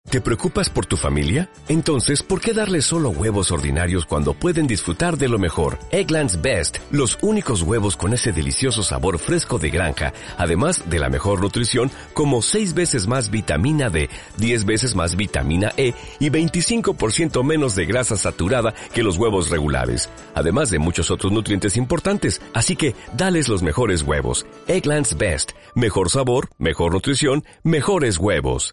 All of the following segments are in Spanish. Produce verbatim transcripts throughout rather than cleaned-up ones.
¿Te preocupas por tu familia? Entonces, ¿por qué darles solo huevos ordinarios cuando pueden disfrutar de lo mejor? Eggland's Best, los únicos huevos con ese delicioso sabor fresco de granja, además de la mejor nutrición, como seis veces más vitamina D, diez veces más vitamina E y veinticinco por ciento menos de grasa saturada que los huevos regulares, además de muchos otros nutrientes importantes. Así que, dales los mejores huevos. Eggland's Best, mejor sabor, mejor nutrición, mejores huevos.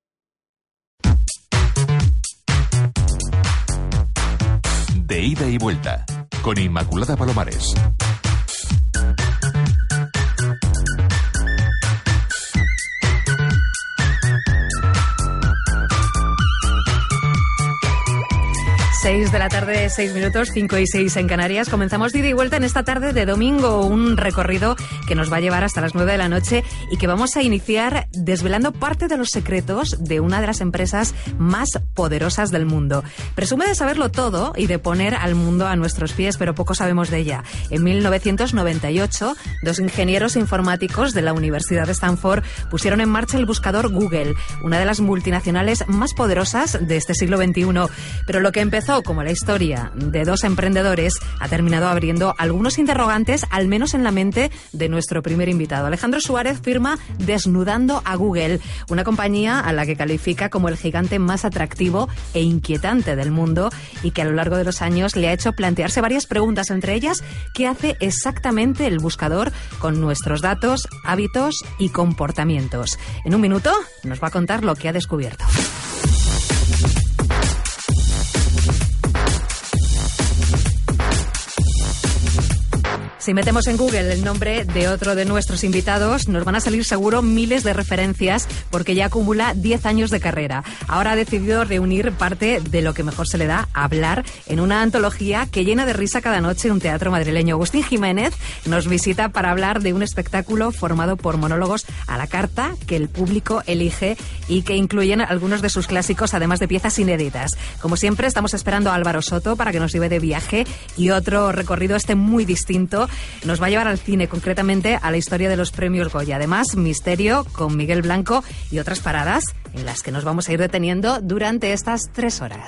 De ida y vuelta, con Inmaculada Palomares. seis de la tarde, seis minutos, cinco y seis en Canarias. Comenzamos de ida y vuelta en esta tarde de domingo, un recorrido que nos va a llevar hasta las nueve de la noche y que vamos a iniciar desvelando parte de los secretos de una de las empresas más poderosas del mundo. Presume de saberlo todo y de poner al mundo a nuestros pies, pero poco sabemos de ella. En mil novecientos noventa y ocho, dos ingenieros informáticos de la Universidad de Stanford pusieron en marcha el buscador Google, una de las multinacionales más poderosas de este siglo veintiuno. Pero lo que empezó como la historia de dos emprendedores ha terminado abriendo algunos interrogantes, al menos en la mente de nuestro primer invitado. Alejandro Suárez firma Desnudando a Google, una compañía a la que califica como el gigante más atractivo e inquietante del mundo y que a lo largo de los años le ha hecho plantearse varias preguntas, entre ellas, ¿qué hace exactamente el buscador con nuestros datos, hábitos y comportamientos? En un minuto nos va a contar lo que ha descubierto. Si metemos en Google el nombre de otro de nuestros invitados, nos van a salir seguro miles de referencias porque ya acumula diez años de carrera. Ahora ha decidido reunir parte de lo que mejor se le da, hablar, en una antología que llena de risa cada noche un teatro madrileño. Agustín Jiménez nos visita para hablar de un espectáculo formado por monólogos a la carta que el público elige y que incluyen algunos de sus clásicos, además de piezas inéditas. Como siempre, estamos esperando a Álvaro Soto para que nos lleve de viaje y otro recorrido este muy distinto. Nos va a llevar al cine, concretamente a la historia de los premios Goya. Además, misterio con Miguel Blanco y otras paradas en las que nos vamos a ir deteniendo durante estas tres horas.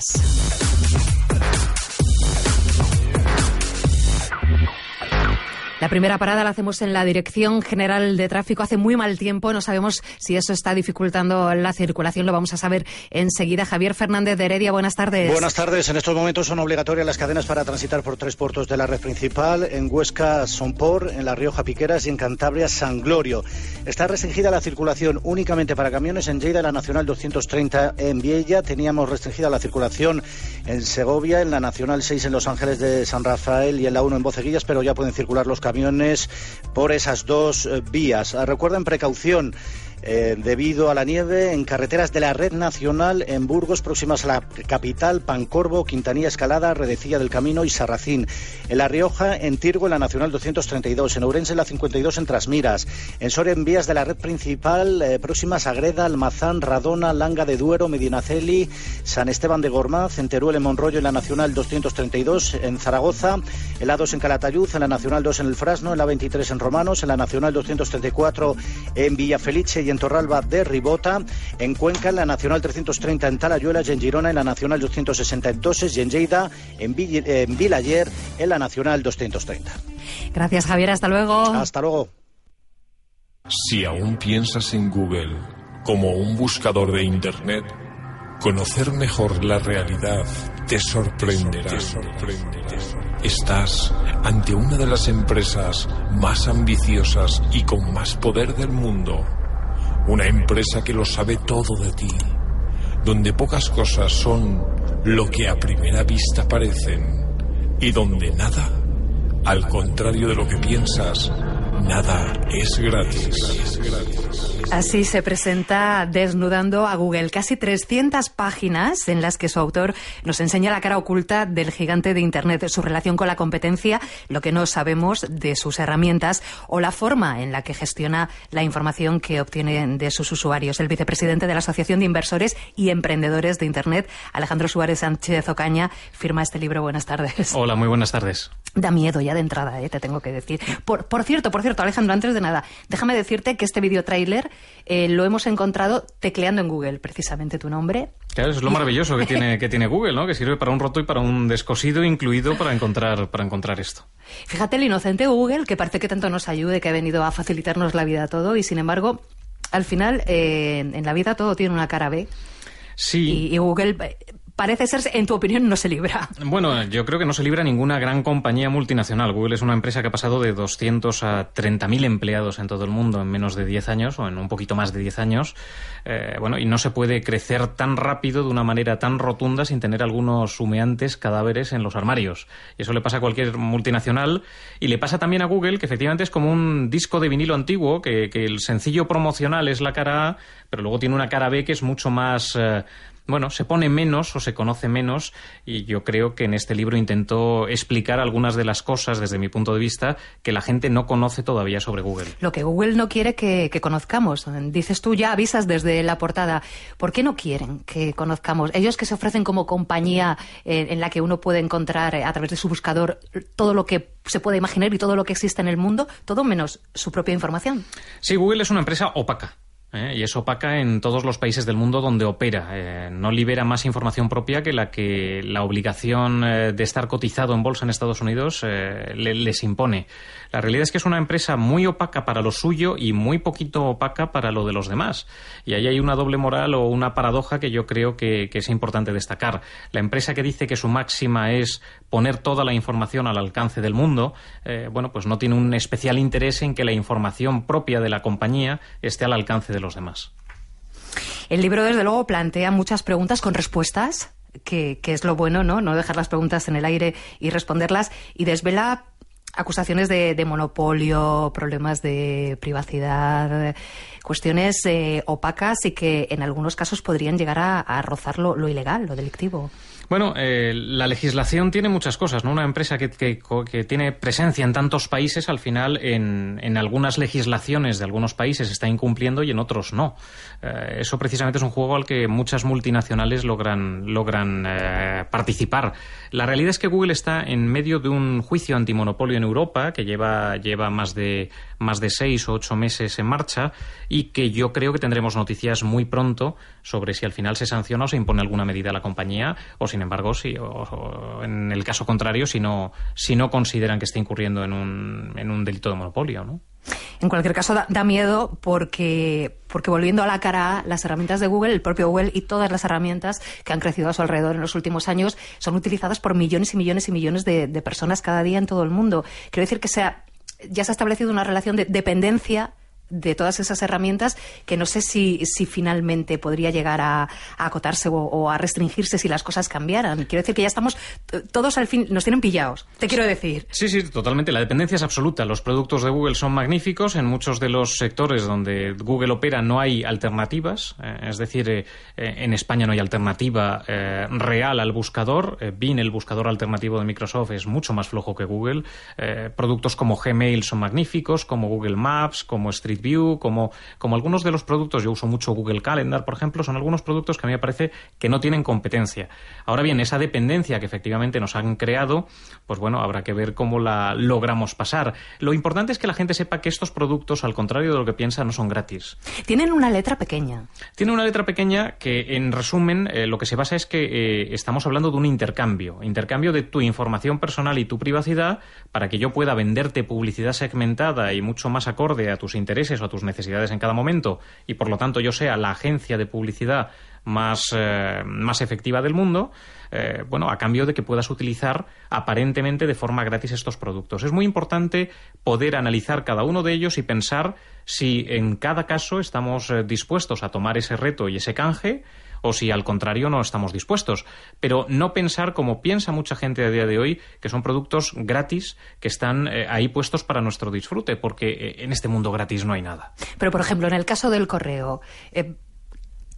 La primera parada la hacemos en la Dirección General de Tráfico. Hace muy mal tiempo, no sabemos si eso está dificultando la circulación, lo vamos a saber enseguida. Javier Fernández de Heredia, buenas tardes. Buenas tardes. En estos momentos son obligatorias las cadenas para transitar por tres puertos de la red principal. En Huesca, Somport, en La Rioja, Piqueras y en Cantabria, San Glorio. Está restringida la circulación únicamente para camiones en Lleida, la Nacional doscientos treinta en Viella. Teníamos restringida la circulación en Segovia, en la Nacional seis en Los Ángeles de San Rafael y en la uno en Boceguillas, pero ya pueden circular los camiones por esas dos eh, vías. Recuerden, precaución eh, debido a la nieve en carreteras de la red nacional en Burgos, próximas a la capital, Pancorbo, Quintanilla, Escalada, Redecilla del Camino y Sarracín. En La Rioja, en Tirgo, en la Nacional doscientos treinta y dos. En Ourense, en la cincuenta y dos, en Trasmiras. En Soria, en vías de la red principal, eh, próximas a Agreda, Almazán, Radona, Langa de Duero, Medinaceli, San Esteban de Gormaz. En Teruel, en Monroyo, en la Nacional doscientos treinta y dos. En Zaragoza, en la dos en Calatayud, en la Nacional dos en El Frasno, en la veintitrés en Romanos, en la Nacional doscientos treinta y cuatro en Villafelice y en Torralba de Ribota. En Cuenca, en la Nacional trescientos treinta en Talayuela y en Girona, en la Nacional doscientos sesenta en Toses y en Lleida, en, Vill- en Vilaller, en la Nacional doscientos treinta. Gracias, Javier. Hasta luego. Hasta luego. Si aún piensas en Google como un buscador de Internet, conocer mejor la realidad te sorprenderá. Te sorprenderá. Estás ante una de las empresas más ambiciosas y con más poder del mundo. Una empresa que lo sabe todo de ti, donde pocas cosas son lo que a primera vista parecen y donde nada, al contrario de lo que piensas, nada es gratis. Así se presenta Desnudando a Google. Casi trescientas páginas en las que su autor nos enseña la cara oculta del gigante de Internet, su relación con la competencia, lo que no sabemos de sus herramientas o la forma en la que gestiona la información que obtiene de sus usuarios. El vicepresidente de la Asociación de Inversores y Emprendedores de Internet, Alejandro Suárez Sánchez Ocaña, firma este libro. Buenas tardes. Hola, muy buenas tardes. Da miedo ya de entrada, ¿eh? Te tengo que decir. Por, por cierto, por cierto, Alejandro, antes de nada, déjame decirte que este vídeo tráiler tráiler, eh, lo hemos encontrado tecleando en Google, precisamente tu nombre. Claro, eso es lo maravilloso que tiene, que tiene Google, ¿no? Que sirve para un roto y para un descosido incluido para encontrar, para encontrar esto. Fíjate el inocente Google, que parece que tanto nos ayude, que ha venido a facilitarnos la vida todo, y sin embargo, al final, eh, en la vida todo tiene una cara B. Sí. Y, y Google... parece ser, en tu opinión, no se libra. Bueno, yo creo que no se libra ninguna gran compañía multinacional. Google es una empresa que ha pasado de doscientos a treinta mil empleados en todo el mundo en menos de diez años, o en un poquito más de diez años. Eh, bueno, y no se puede crecer tan rápido, de una manera tan rotunda, sin tener algunos humeantes cadáveres en los armarios. Y eso le pasa a cualquier multinacional. Y le pasa también a Google, que efectivamente es como un disco de vinilo antiguo, que, que el sencillo promocional es la cara A, pero luego tiene una cara B que es mucho más... Eh, Bueno, se pone menos o se conoce menos, y yo creo que en este libro intento explicar algunas de las cosas, desde mi punto de vista, que la gente no conoce todavía sobre Google. Lo que Google no quiere que, que conozcamos. Dices tú, ya avisas desde la portada. ¿Por qué no quieren que conozcamos? Ellos que se ofrecen como compañía eh, en la que uno puede encontrar eh, a través de su buscador todo lo que se puede imaginar y todo lo que existe en el mundo, todo menos su propia información. Sí, Google es una empresa opaca. ¿Eh? Y es opaca en todos los países del mundo donde opera. Eh, no libera más información propia que la que la obligación eh, de estar cotizado en bolsa en Estados Unidos eh, le, les impone. La realidad es que es una empresa muy opaca para lo suyo y muy poquito opaca para lo de los demás. Y ahí hay una doble moral o una paradoja que yo creo que, que es importante destacar. La empresa que dice que su máxima es poner toda la información al alcance del mundo, eh, bueno, pues no tiene un especial interés en que la información propia de la compañía esté al alcance de los demás. El libro, desde luego, plantea muchas preguntas con respuestas, que, que es lo bueno, ¿no? No dejar las preguntas en el aire y responderlas, y desvela acusaciones de, de monopolio, problemas de privacidad, cuestiones eh, opacas y que en algunos casos podrían llegar a, a rozar lo, lo ilegal, lo delictivo. Bueno, eh, la legislación tiene muchas cosas, ¿no? Una empresa que, que, que tiene presencia en tantos países, al final en, en algunas legislaciones de algunos países está incumpliendo y en otros no. Eh, eso precisamente es un juego al que muchas multinacionales logran, logran eh, participar. La realidad es que Google está en medio de un juicio antimonopolio en Europa que lleva, lleva más de, más de seis o ocho meses en marcha, y que yo creo que tendremos noticias muy pronto sobre si al final se sanciona o se impone alguna medida a la compañía, o sin embargo, si, o, o en el caso contrario, si no, si no consideran que esté incurriendo en un, en un delito de monopolio, ¿no? En cualquier caso, da, da miedo porque, porque volviendo a la cara A, las herramientas de Google, el propio Google y todas las herramientas que han crecido a su alrededor en los últimos años son utilizadas por millones y millones y millones de, de personas cada día en todo el mundo. Quiero decir que sea, ya se ha establecido una relación de dependencia de todas esas herramientas que no sé si, si finalmente podría llegar a, a acotarse o, o a restringirse si las cosas cambiaran. Quiero decir que ya estamos, todos al fin nos tienen pillados, te quiero decir. Sí, sí, totalmente. La dependencia es absoluta. Los productos de Google son magníficos. En muchos de los sectores donde Google opera no hay alternativas. Eh, es decir, eh, en España no hay alternativa eh, real al buscador. Eh, Bing, el buscador alternativo de Microsoft, es mucho más flojo que Google. Eh, productos como Gmail son magníficos, como Google Maps, como Street View, como, como algunos de los productos, yo uso mucho Google Calendar, por ejemplo, son algunos productos que a mí me parece que no tienen competencia. Ahora bien, esa dependencia que efectivamente nos han creado, pues bueno, habrá que ver cómo la logramos pasar. Lo importante es que la gente sepa que estos productos, al contrario de lo que piensa, no son gratis. Tienen una letra pequeña. Tienen una letra pequeña que, en resumen, eh, lo que se basa es que eh, estamos hablando de un intercambio. Intercambio de tu información personal y tu privacidad para que yo pueda venderte publicidad segmentada y mucho más acorde a tus intereses o a tus necesidades en cada momento, y por lo tanto yo sea la agencia de publicidad más, eh, más efectiva del mundo, eh, bueno, a cambio de que puedas utilizar aparentemente de forma gratis estos productos. Es muy importante poder analizar cada uno de ellos y pensar si en cada caso estamos eh, dispuestos a tomar ese reto y ese canje, o si al contrario no estamos dispuestos. Pero no pensar como piensa mucha gente a día de hoy, que son productos gratis que están eh, ahí puestos para nuestro disfrute, porque eh, en este mundo gratis no hay nada. Pero, por ejemplo, en el caso del correo, eh,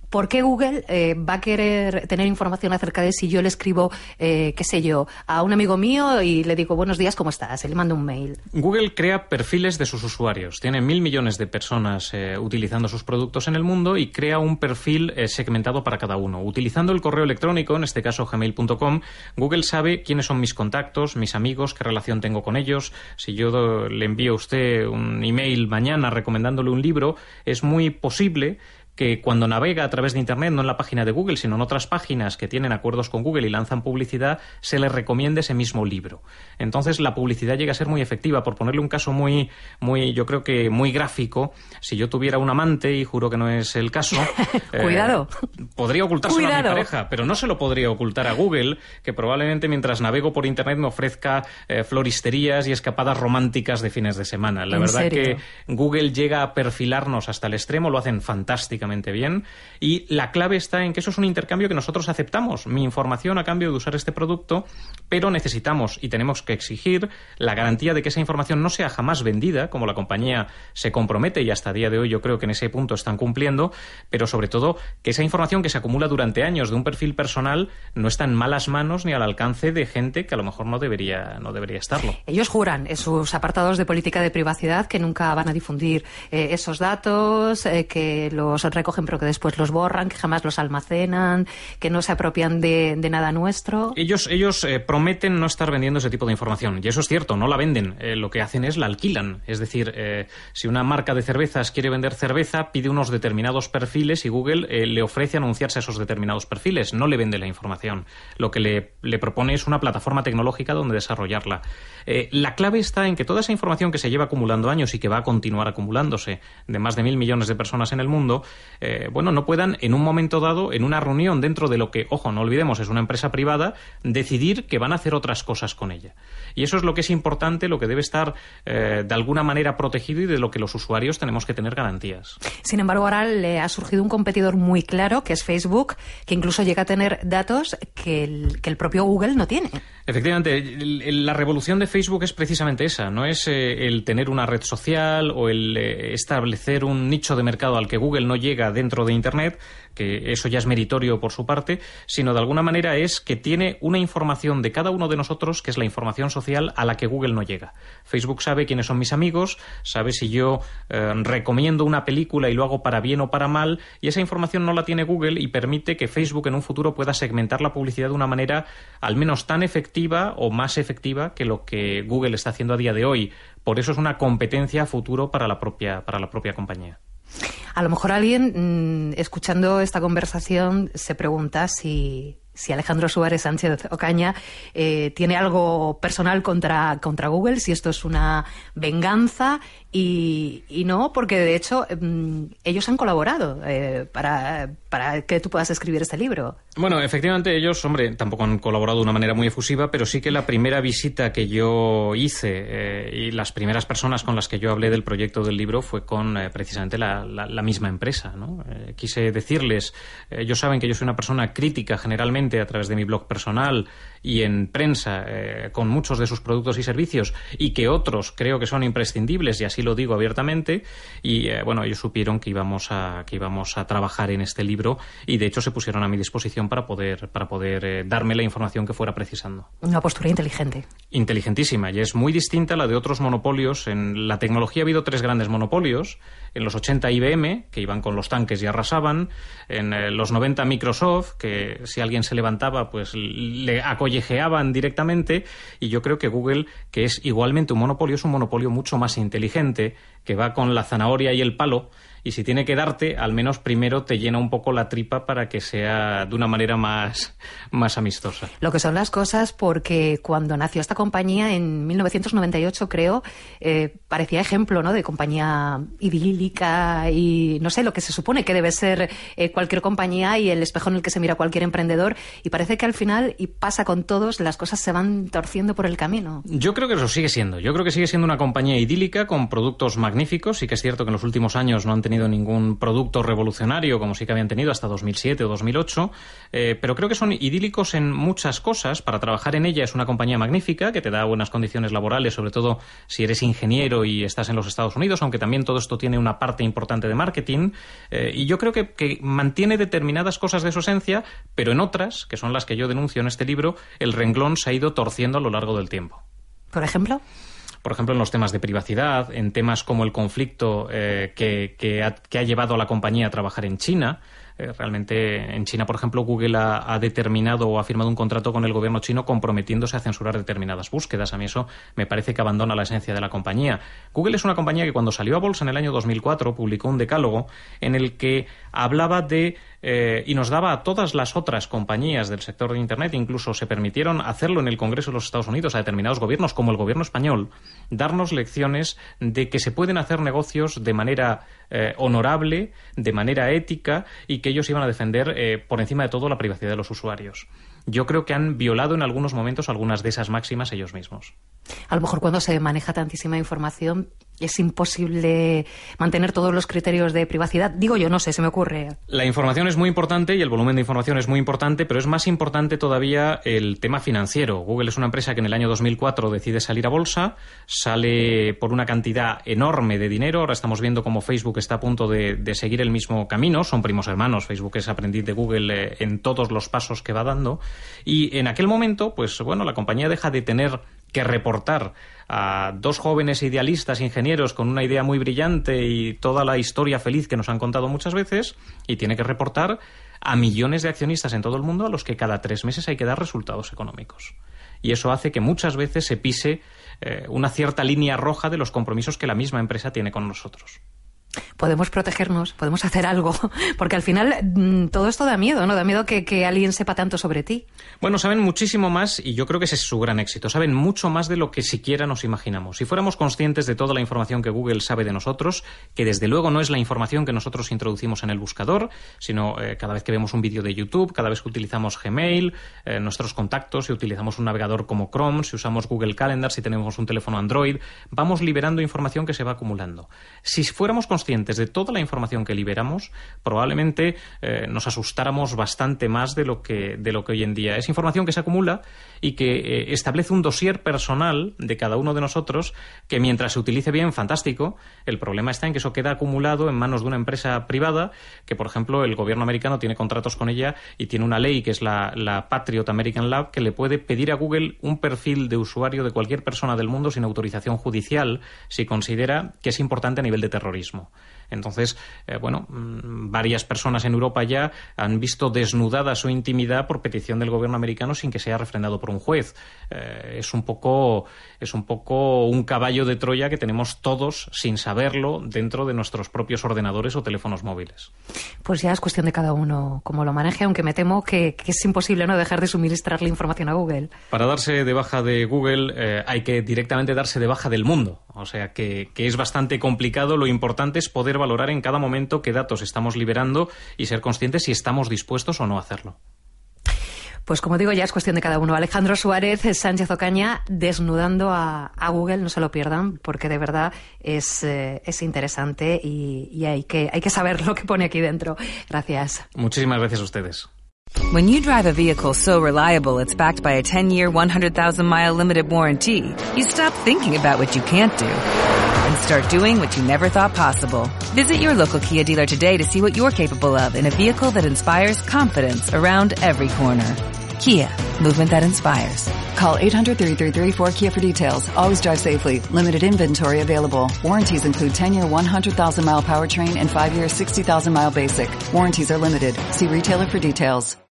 ¿Por qué Google eh, va a querer tener información acerca de si yo le escribo, eh, qué sé yo, a un amigo mío y le digo buenos días, ¿cómo estás? Y le mando un mail. Google crea perfiles de sus usuarios. Tiene mil millones de personas eh, utilizando sus productos en el mundo y crea un perfil eh, segmentado para cada uno. Utilizando el correo electrónico, en este caso gmail punto com, Google sabe quiénes son mis contactos, mis amigos, qué relación tengo con ellos. Si yo do, le envío a usted un email mañana recomendándole un libro, es muy posible que cuando navega a través de Internet, no en la página de Google, sino en otras páginas que tienen acuerdos con Google y lanzan publicidad, se le recomiende ese mismo libro. Entonces, la publicidad llega a ser muy efectiva. Por ponerle un caso muy, muy, yo creo que muy gráfico, si yo tuviera un amante, y juro que no es el caso... Cuidado. Eh, podría ocultárselo Cuidado. a mi pareja, pero no se lo podría ocultar a Google, que probablemente mientras navego por Internet me ofrezca eh, floristerías y escapadas románticas de fines de semana. La ¿En verdad serio? que Google llega a perfilarnos hasta el extremo, lo hacen fantásticamente bien, y la clave está en que eso es un intercambio que nosotros aceptamos, mi información a cambio de usar este producto, pero necesitamos y tenemos que exigir la garantía de que esa información no sea jamás vendida, como la compañía se compromete, y hasta día de hoy yo creo que en ese punto están cumpliendo, pero sobre todo que esa información que se acumula durante años de un perfil personal no está en malas manos ni al alcance de gente que a lo mejor no debería, no debería estarlo. Ellos juran en sus apartados de política de privacidad que nunca van a difundir eh, esos datos, eh, que los recogen pero que después los borran, que jamás los almacenan, que no se apropian de, de nada nuestro. Ellos, ellos eh, prometen no estar vendiendo ese tipo de información, y eso es cierto, no la venden. Eh, lo que hacen es la alquilan. Es decir, eh, si una marca de cervezas quiere vender cerveza, pide unos determinados perfiles y Google eh, le ofrece anunciarse a esos determinados perfiles. No le vende la información. Lo que le, le propone es una plataforma tecnológica donde desarrollarla. Eh, la clave está en que toda esa información que se lleva acumulando años y que va a continuar acumulándose de más de mil millones de personas en el mundo, Eh, bueno, no puedan en un momento dado, en una reunión dentro de lo que, ojo, no olvidemos, es una empresa privada, decidir que van a hacer otras cosas con ella. Y eso es lo que es importante, lo que debe estar eh, de alguna manera protegido y de lo que los usuarios tenemos que tener garantías. Sin embargo, ahora le ha surgido un competidor muy claro, que es Facebook, que incluso llega a tener datos que el, que el propio Google no tiene. Efectivamente, el, el, la revolución de Facebook es precisamente esa, no es eh, el tener una red social o el eh, establecer un nicho de mercado al que Google no llega dentro de Internet, que eso ya es meritorio por su parte, sino de alguna manera es que tiene una información de cada uno de nosotros que es la información social a la que Google no llega. Facebook sabe quiénes son mis amigos, sabe si yo eh, recomiendo una película y lo hago para bien o para mal, y esa información no la tiene Google y permite que Facebook en un futuro pueda segmentar la publicidad de una manera al menos tan efectiva o más efectiva que lo que Google está haciendo a día de hoy. Por eso es una competencia a futuro para la propia, para la propia compañía. A lo mejor alguien, mmm, escuchando esta conversación, se pregunta si, si Alejandro Suárez Sánchez Ocaña eh, tiene algo personal contra, contra Google, si esto es una venganza, y, y no, porque de hecho mmm, ellos han colaborado eh, para, para que tú puedas escribir este libro. Bueno, efectivamente ellos, hombre, tampoco han colaborado de una manera muy efusiva, pero sí que la primera visita que yo hice eh, y las primeras personas con las que yo hablé del proyecto del libro fue con eh, precisamente la, la, la misma empresa, ¿no? Eh, quise decirles, eh, ellos saben que yo soy una persona crítica generalmente a través de mi blog personal y en prensa eh, con muchos de sus productos y servicios, y que otros creo que son imprescindibles, y así lo digo abiertamente, y eh, bueno, ellos supieron que íbamos a que íbamos a trabajar en este libro, y de hecho se pusieron a mi disposición para poder para poder eh, darme la información que fuera precisando. Una postura inteligente. Inteligentísima, y es muy distinta a la de otros monopolios. En la tecnología ha habido tres grandes monopolios. En los ochenta I B M, que iban con los tanques y arrasaban. En eh, los noventa Microsoft, que si alguien se levantaba pues le acollejeaban directamente. Y yo creo que Google, que es igualmente un monopolio, es un monopolio mucho más inteligente, que va con la zanahoria y el palo, y si tiene que darte, al menos primero te llena un poco la tripa para que sea de una manera más, más amistosa. Lo que son las cosas, porque cuando nació esta compañía en mil novecientos noventa y ocho, creo, eh, parecía ejemplo, ¿no?, de compañía idílica y no sé, lo que se supone que debe ser eh, cualquier compañía y el espejo en el que se mira cualquier emprendedor, y parece que al final, y pasa con todos, las cosas se van torciendo por el camino. Yo creo que eso sigue siendo. Yo creo que sigue siendo una compañía idílica con productos magníficos. Sí que es cierto que en los últimos años no han tenido tenido ningún producto revolucionario como sí que habían tenido hasta dos mil siete o dos mil ocho, eh, pero creo que son idílicos en muchas cosas. Para trabajar en ella es una compañía magnífica que te da buenas condiciones laborales, sobre todo si eres ingeniero y estás en los Estados Unidos, aunque también todo esto tiene una parte importante de marketing, eh, y yo creo que, que mantiene determinadas cosas de su esencia, pero en otras, que son las que yo denuncio en este libro, el renglón se ha ido torciendo a lo largo del tiempo. ¿Por ejemplo? Por ejemplo, en los temas de privacidad, en temas como el conflicto eh, que, que, ha, que ha llevado a la compañía a trabajar en China. Eh, realmente, en China, por ejemplo, Google ha, ha determinado o ha firmado un contrato con el gobierno chino comprometiéndose a censurar determinadas búsquedas. A mí eso me parece que abandona la esencia de la compañía. Google es una compañía que cuando salió a bolsa en el año dos mil cuatro publicó un decálogo en el que hablaba de Eh, y nos daba a todas las otras compañías del sector de Internet, incluso se permitieron hacerlo en el Congreso de los Estados Unidos a determinados gobiernos, como el gobierno español, darnos lecciones de que se pueden hacer negocios de manera eh, honorable, de manera ética, y que ellos iban a defender eh, por encima de todo la privacidad de los usuarios. Yo creo que han violado en algunos momentos algunas de esas máximas ellos mismos. A lo mejor cuando se maneja tantísima información es imposible mantener todos los criterios de privacidad. Digo yo, no sé, se me ocurre. La información es muy importante y el volumen de información es muy importante, pero es más importante todavía el tema financiero. Google es una empresa que en el año dos mil cuatro decide salir a bolsa, sale por una cantidad enorme de dinero. Ahora estamos viendo cómo Facebook está a punto de, de seguir el mismo camino. Son primos hermanos. Facebook es aprendiz de Google eh, en todos los pasos que va dando. Y en aquel momento, pues bueno, la compañía deja de tener que reportar a dos jóvenes idealistas ingenieros con una idea muy brillante y toda la historia feliz que nos han contado muchas veces, y tiene que reportar a millones de accionistas en todo el mundo a los que cada tres meses hay que dar resultados económicos. Y eso hace que muchas veces se pise eh, una cierta línea roja de los compromisos que la misma empresa tiene con nosotros. Podemos protegernos, podemos hacer algo, porque al final mmm, todo esto da miedo, ¿no? Da miedo que, que alguien sepa tanto sobre ti. Bueno, saben muchísimo más y yo creo que ese es su gran éxito. Saben mucho más de lo que siquiera nos imaginamos. Si fuéramos conscientes de toda la información que Google sabe de nosotros, que desde luego no es la información que nosotros introducimos en el buscador, sino eh, cada vez que vemos un vídeo de YouTube, cada vez que utilizamos Gmail, eh, nuestros contactos, si utilizamos un navegador como Chrome, si usamos Google Calendar, si tenemos un teléfono Android, vamos liberando información que se va acumulando. Si fuéramos conscientes de toda la información que liberamos, probablemente eh, nos asustáramos bastante más de lo que de lo que hoy en día es. Información que se acumula y que eh, establece un dossier personal de cada uno de nosotros que, mientras se utilice bien, fantástico. El problema está en que eso queda acumulado en manos de una empresa privada que, por ejemplo, el gobierno americano tiene contratos con ella y tiene una ley que es la, la Patriot American Law, que le puede pedir a Google un perfil de usuario de cualquier persona del mundo sin autorización judicial si considera que es importante a nivel de terrorismo. Entonces, eh, bueno, mmm, varias personas en Europa ya han visto desnudada su intimidad por petición del gobierno americano sin que sea refrendado por un juez. Eh, es un poco, es un poco un caballo de Troya que tenemos todos sin saberlo dentro de nuestros propios ordenadores o teléfonos móviles. Pues ya es cuestión de cada uno cómo lo maneje, aunque me temo que, que es imposible no dejar de suministrarle información a Google. Para darse de baja de Google eh, hay que directamente darse de baja del mundo. O sea que, que es bastante complicado. Lo importante es poder valorar en cada momento qué datos estamos liberando y ser conscientes si estamos dispuestos o no a hacerlo. Pues como digo, ya es cuestión de cada uno. Alejandro Suárez, Sánchez Ocaña, desnudando a, a Google, no se lo pierdan, porque de verdad es, eh, es interesante y, y hay que, hay que saber lo que pone aquí dentro. Gracias. Muchísimas gracias a ustedes. When you drive a vehicle so reliable it's backed by a ten-year, one hundred thousand mile limited warranty, you stop thinking about what you can't do and start doing what you never thought possible. Visit your local Kia dealer today to see what you're capable of in a vehicle that inspires confidence around every corner. Kia, movement that inspires. Call eight hundred, three three three, four Kia for details. Always drive safely. Limited inventory available. Warranties include ten-year, one hundred thousand mile powertrain and five-year, sixty thousand mile basic. Warranties are limited. See retailer for details.